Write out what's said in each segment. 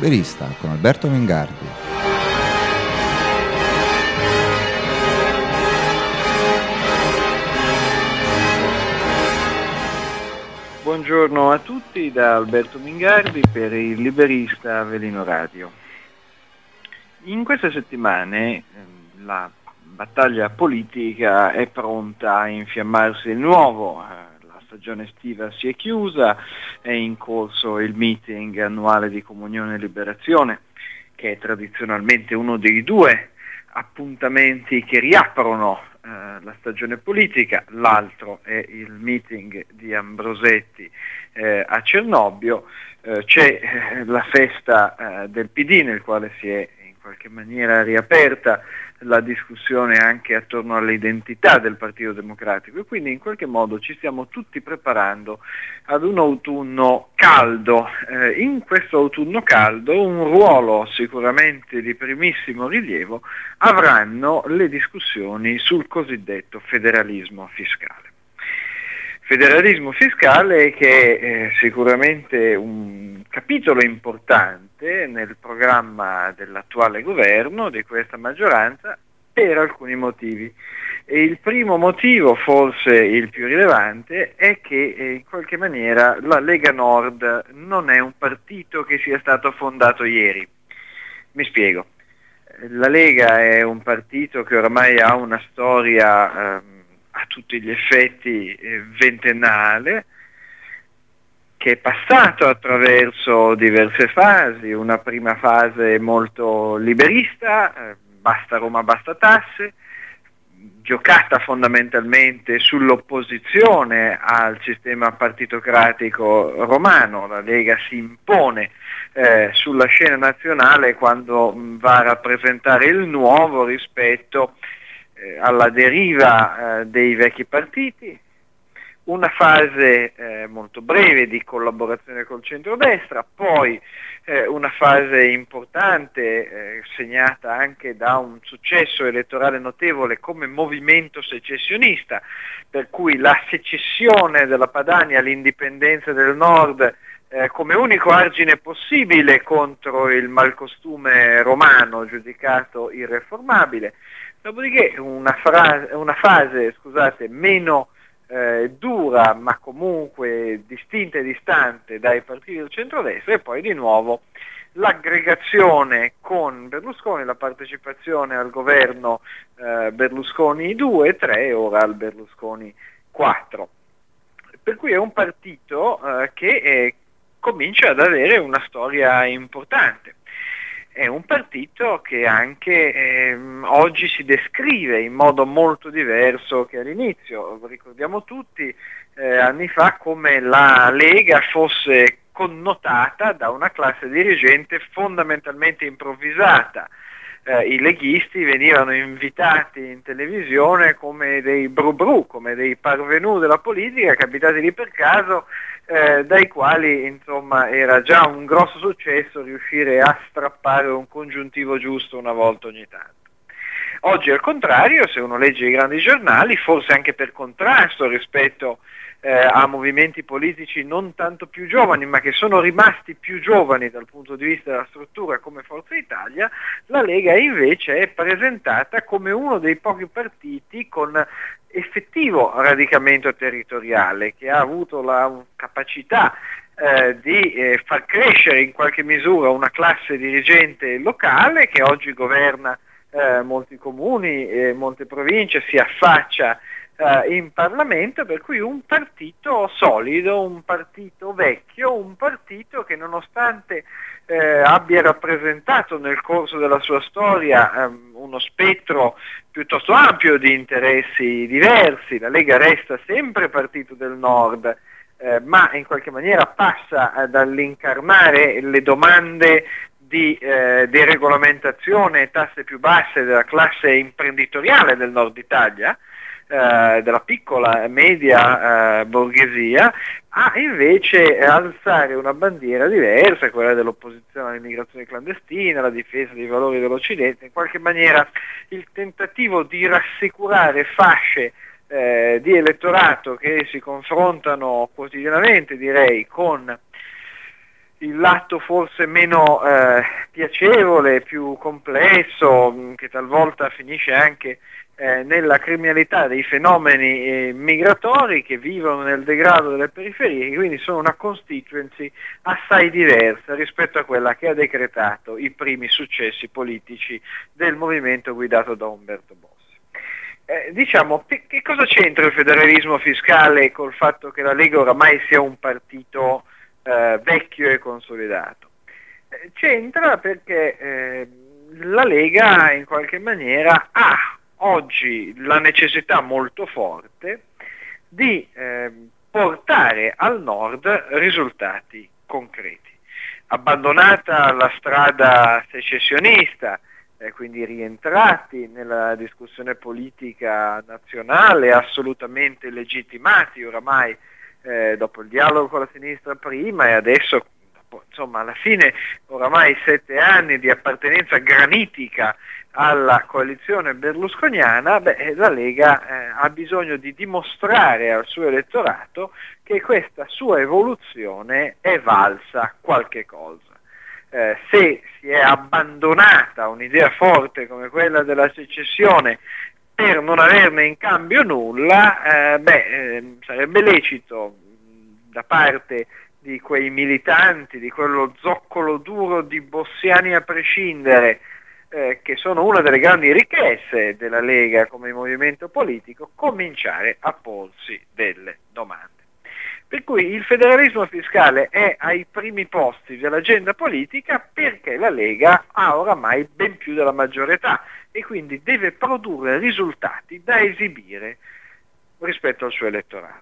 Liberista con Alberto Mingardi. Buongiorno a tutti da Alberto Mingardi per il Liberista Velino Radio. In queste settimane la battaglia politica è pronta a infiammarsi di nuovo. La stagione estiva si è chiusa, è in corso il meeting annuale di Comunione e Liberazione, che è tradizionalmente uno dei due appuntamenti che riaprono la stagione politica. L'altro è il meeting di Ambrosetti a Cernobbio. C'è la festa del PD, nel quale si è in qualche maniera riaperta la discussione anche attorno all'identità del Partito Democratico, e quindi in qualche modo ci stiamo tutti preparando ad un autunno caldo. In questo autunno caldo un ruolo sicuramente di primissimo rilievo avranno le discussioni sul cosiddetto federalismo fiscale. Federalismo fiscale che è sicuramente un capitolo importante nel programma dell'attuale governo, di questa maggioranza, per alcuni motivi. E il primo motivo, forse il più rilevante, è che in qualche maniera la Lega Nord non è un partito che sia stato fondato ieri. Mi spiego. La Lega è un partito che oramai ha una storia a tutti gli effetti ventennale, che è passato attraverso diverse fasi. Una prima fase molto liberista, basta Roma, basta tasse, giocata fondamentalmente sull'opposizione al sistema partitocratico romano. La Lega si impone sulla scena nazionale quando va a rappresentare il nuovo rispetto alla deriva dei vecchi partiti. Una fase molto breve di collaborazione col centrodestra, poi una fase importante segnata anche da un successo elettorale notevole come movimento secessionista, per cui la secessione della Padania, l'indipendenza del Nord come unico argine possibile contro il malcostume romano giudicato irreformabile. Dopodiché una fase meno dura, ma comunque distinta e distante dai partiti del centrodestra, e poi di nuovo l'aggregazione con Berlusconi, la partecipazione al governo Berlusconi 2 e 3, ora al Berlusconi 4. Per cui è un partito che comincia ad avere una storia importante. È un partito che anche oggi si descrive in modo molto diverso che all'inizio. Ricordiamo tutti anni fa come la Lega fosse connotata da una classe dirigente fondamentalmente improvvisata. I leghisti venivano invitati in televisione come dei bru-bru, come dei parvenu della politica, capitati lì per caso, dai quali insomma era già un grosso successo riuscire a strappare un congiuntivo giusto una volta ogni tanto. Oggi al contrario, se uno legge i grandi giornali, forse anche per contrasto rispetto a movimenti politici non tanto più giovani, ma che sono rimasti più giovani dal punto di vista della struttura come Forza Italia, la Lega invece è presentata come uno dei pochi partiti con effettivo radicamento territoriale, che ha avuto la capacità di far crescere in qualche misura una classe dirigente locale che oggi governa molti comuni e molte province, si affaccia in Parlamento, per cui un partito solido, un partito vecchio, un partito che nonostante abbia rappresentato nel corso della sua storia uno spettro piuttosto ampio di interessi diversi. La Lega resta sempre partito del Nord, ma in qualche maniera passa dall'incarnare le domande di deregolamentazione e tasse più basse della classe imprenditoriale del Nord Italia, della piccola e media borghesia, a invece alzare una bandiera diversa, quella dell'opposizione all'immigrazione clandestina, la difesa dei valori dell'Occidente, in qualche maniera il tentativo di rassicurare fasce di elettorato che si confrontano quotidianamente, direi, con il lato forse meno piacevole, più complesso, che talvolta finisce anche nella criminalità dei fenomeni migratori che vivono nel degrado delle periferie, che quindi sono una constituency assai diversa rispetto a quella che ha decretato i primi successi politici del movimento guidato da Umberto Bossi. Diciamo, che cosa c'entra il federalismo fiscale col fatto che la Lega oramai sia un partito vecchio e consolidato? C'entra perché la Lega in qualche maniera ha oggi la necessità molto forte di portare al nord risultati concreti. Abbandonata la strada secessionista, quindi rientrati nella discussione politica nazionale, assolutamente legittimati oramai dopo il dialogo con la sinistra prima e adesso, insomma, alla fine oramai 7 anni di appartenenza granitica alla coalizione berlusconiana, la Lega ha bisogno di dimostrare al suo elettorato che questa sua evoluzione è valsa qualche cosa. Se si è abbandonata un'idea forte come quella della secessione per non averne in cambio nulla, sarebbe lecito da parte di quei militanti, di quello zoccolo duro di bossiani a prescindere, che sono una delle grandi ricchezze della Lega come movimento politico, cominciare a porsi delle domande. Per cui il federalismo fiscale è ai primi posti dell'agenda politica perché la Lega ha oramai ben più della maggiore età e quindi deve produrre risultati da esibire rispetto al suo elettorato.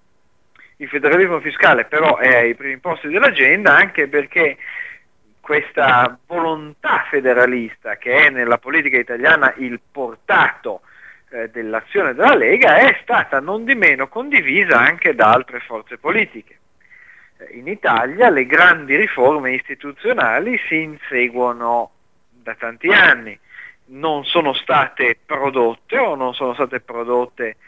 Il federalismo fiscale però è ai primi posti dell'agenda anche perché questa volontà federalista, che è nella politica italiana il portato dell'azione della Lega, è stata non di meno condivisa anche da altre forze politiche. In Italia le grandi riforme istituzionali si inseguono da tanti anni, non sono state prodotte o non sono state prodotte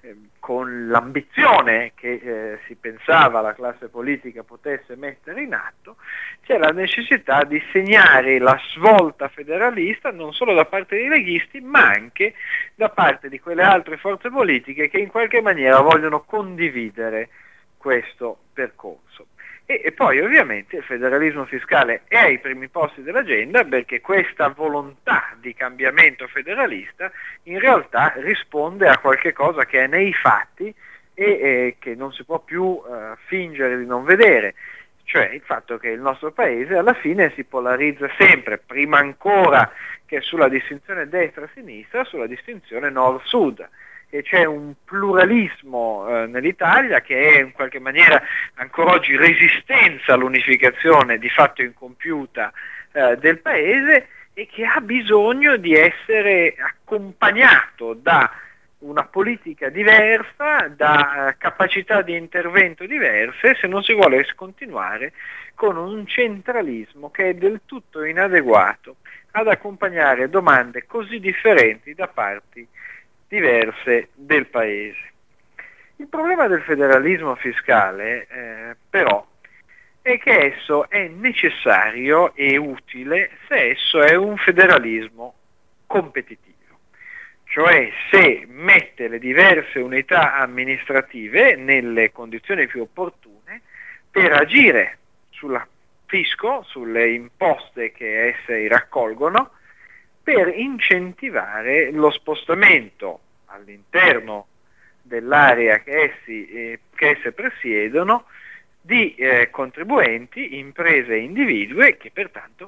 con l'ambizione che si pensava la classe politica potesse mettere in atto. C'è la necessità di segnare la svolta federalista non solo da parte dei leghisti ma anche da parte di quelle altre forze politiche che in qualche maniera vogliono condividere questo percorso. E poi ovviamente il federalismo fiscale è ai primi posti dell'agenda perché questa volontà di cambiamento federalista in realtà risponde a qualche cosa che è nei fatti e che non si può più fingere di non vedere, cioè il fatto che il nostro paese alla fine si polarizza sempre, prima ancora che sulla distinzione destra-sinistra, sulla distinzione nord-sud. E c'è un pluralismo nell'Italia che è in qualche maniera ancora oggi resistenza all'unificazione di fatto incompiuta del paese e che ha bisogno di essere accompagnato da una politica diversa, da capacità di intervento diverse, se non si vuole continuare con un centralismo che è del tutto inadeguato ad accompagnare domande così differenti da parti diverse del paese. Il problema del federalismo fiscale però è che esso è necessario e utile se esso è un federalismo competitivo, cioè se mette le diverse unità amministrative nelle condizioni più opportune per agire sul fisco, sulle imposte che esse raccolgono, per incentivare lo spostamento all'interno dell'area che esse presiedono di contribuenti, imprese e individui che pertanto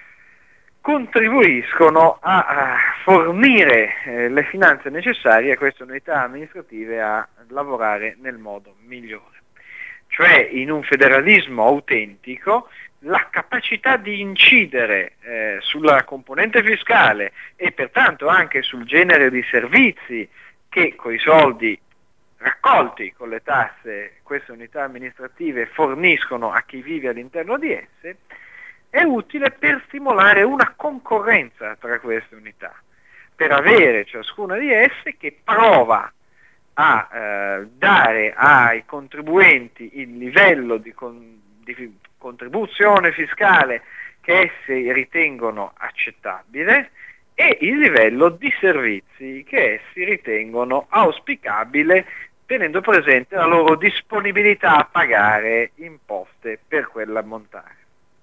contribuiscono a fornire le finanze necessarie a queste unità amministrative a lavorare nel modo migliore. Cioè in un federalismo autentico la capacità di incidere sulla componente fiscale e pertanto anche sul genere di servizi che coi soldi raccolti con le tasse queste unità amministrative forniscono a chi vive all'interno di esse, è utile per stimolare una concorrenza tra queste unità, per avere ciascuna di esse che prova a dare ai contribuenti il livello di contribuzione fiscale che essi ritengono accettabile e il livello di servizi che essi ritengono auspicabile, tenendo presente la loro disponibilità a pagare imposte per quell'ammontare.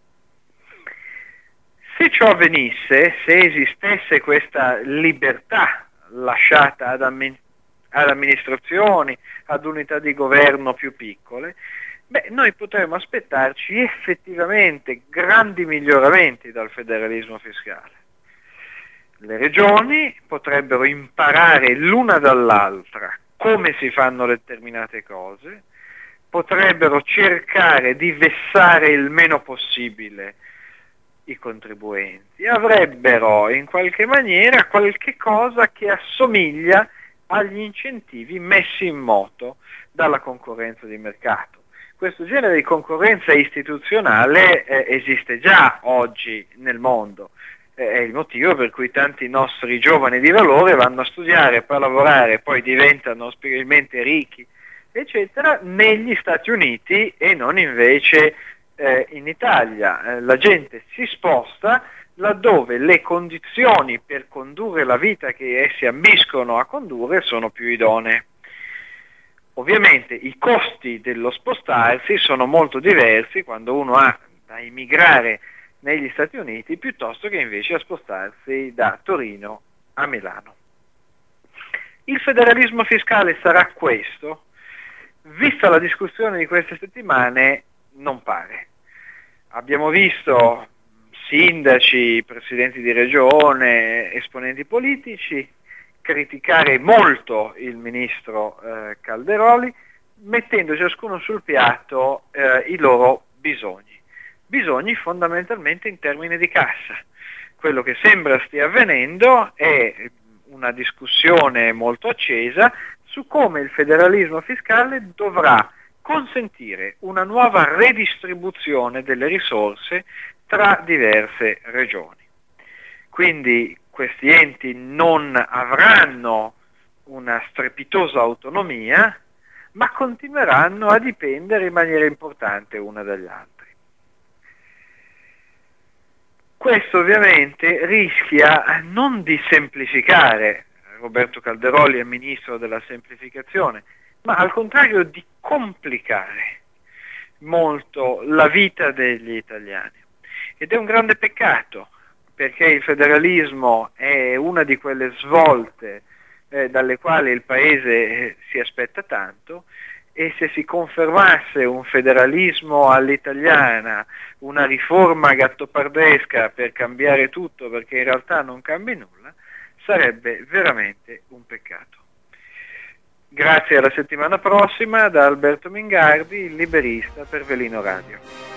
Se ciò avvenisse, se esistesse questa libertà lasciata ad amministrazioni, ad unità di governo più piccole, noi potremmo aspettarci effettivamente grandi miglioramenti dal federalismo fiscale. Le regioni potrebbero imparare l'una dall'altra come si fanno determinate cose, potrebbero cercare di vessare il meno possibile i contribuenti, avrebbero in qualche maniera qualche cosa che assomiglia agli incentivi messi in moto dalla concorrenza di mercato. Questo genere di concorrenza istituzionale esiste già oggi nel mondo. È il motivo per cui tanti nostri giovani di valore vanno a studiare, poi a lavorare, poi diventano spiritualmente ricchi, eccetera, negli Stati Uniti e non invece in Italia. La gente si sposta laddove le condizioni per condurre la vita che essi ambiscono a condurre sono più idonee. Ovviamente i costi dello spostarsi sono molto diversi quando uno ha da immigrare negli Stati Uniti piuttosto che invece a spostarsi da Torino a Milano. Il federalismo fiscale sarà questo? Vista la discussione di queste settimane, non pare. Abbiamo visto sindaci, presidenti di regione, esponenti politici criticare molto il ministro Calderoli, mettendo ciascuno sul piatto i loro bisogni fondamentalmente in termini di cassa. Quello che sembra stia avvenendo è una discussione molto accesa su come il federalismo fiscale dovrà consentire una nuova redistribuzione delle risorse tra diverse regioni. Quindi questi enti non avranno una strepitosa autonomia, ma continueranno a dipendere in maniera importante una dagli altri. Questo ovviamente rischia non di semplificare, Roberto Calderoli è ministro della semplificazione, ma al contrario di complicare molto la vita degli italiani. Ed è un grande peccato, perché il federalismo è una di quelle svolte dalle quali il Paese si aspetta tanto, e se si confermasse un federalismo all'italiana, una riforma gattopardesca per cambiare tutto perché in realtà non cambi nulla, sarebbe veramente un peccato. Grazie, alla settimana prossima da Alberto Mingardi, il liberista per Velino Radio.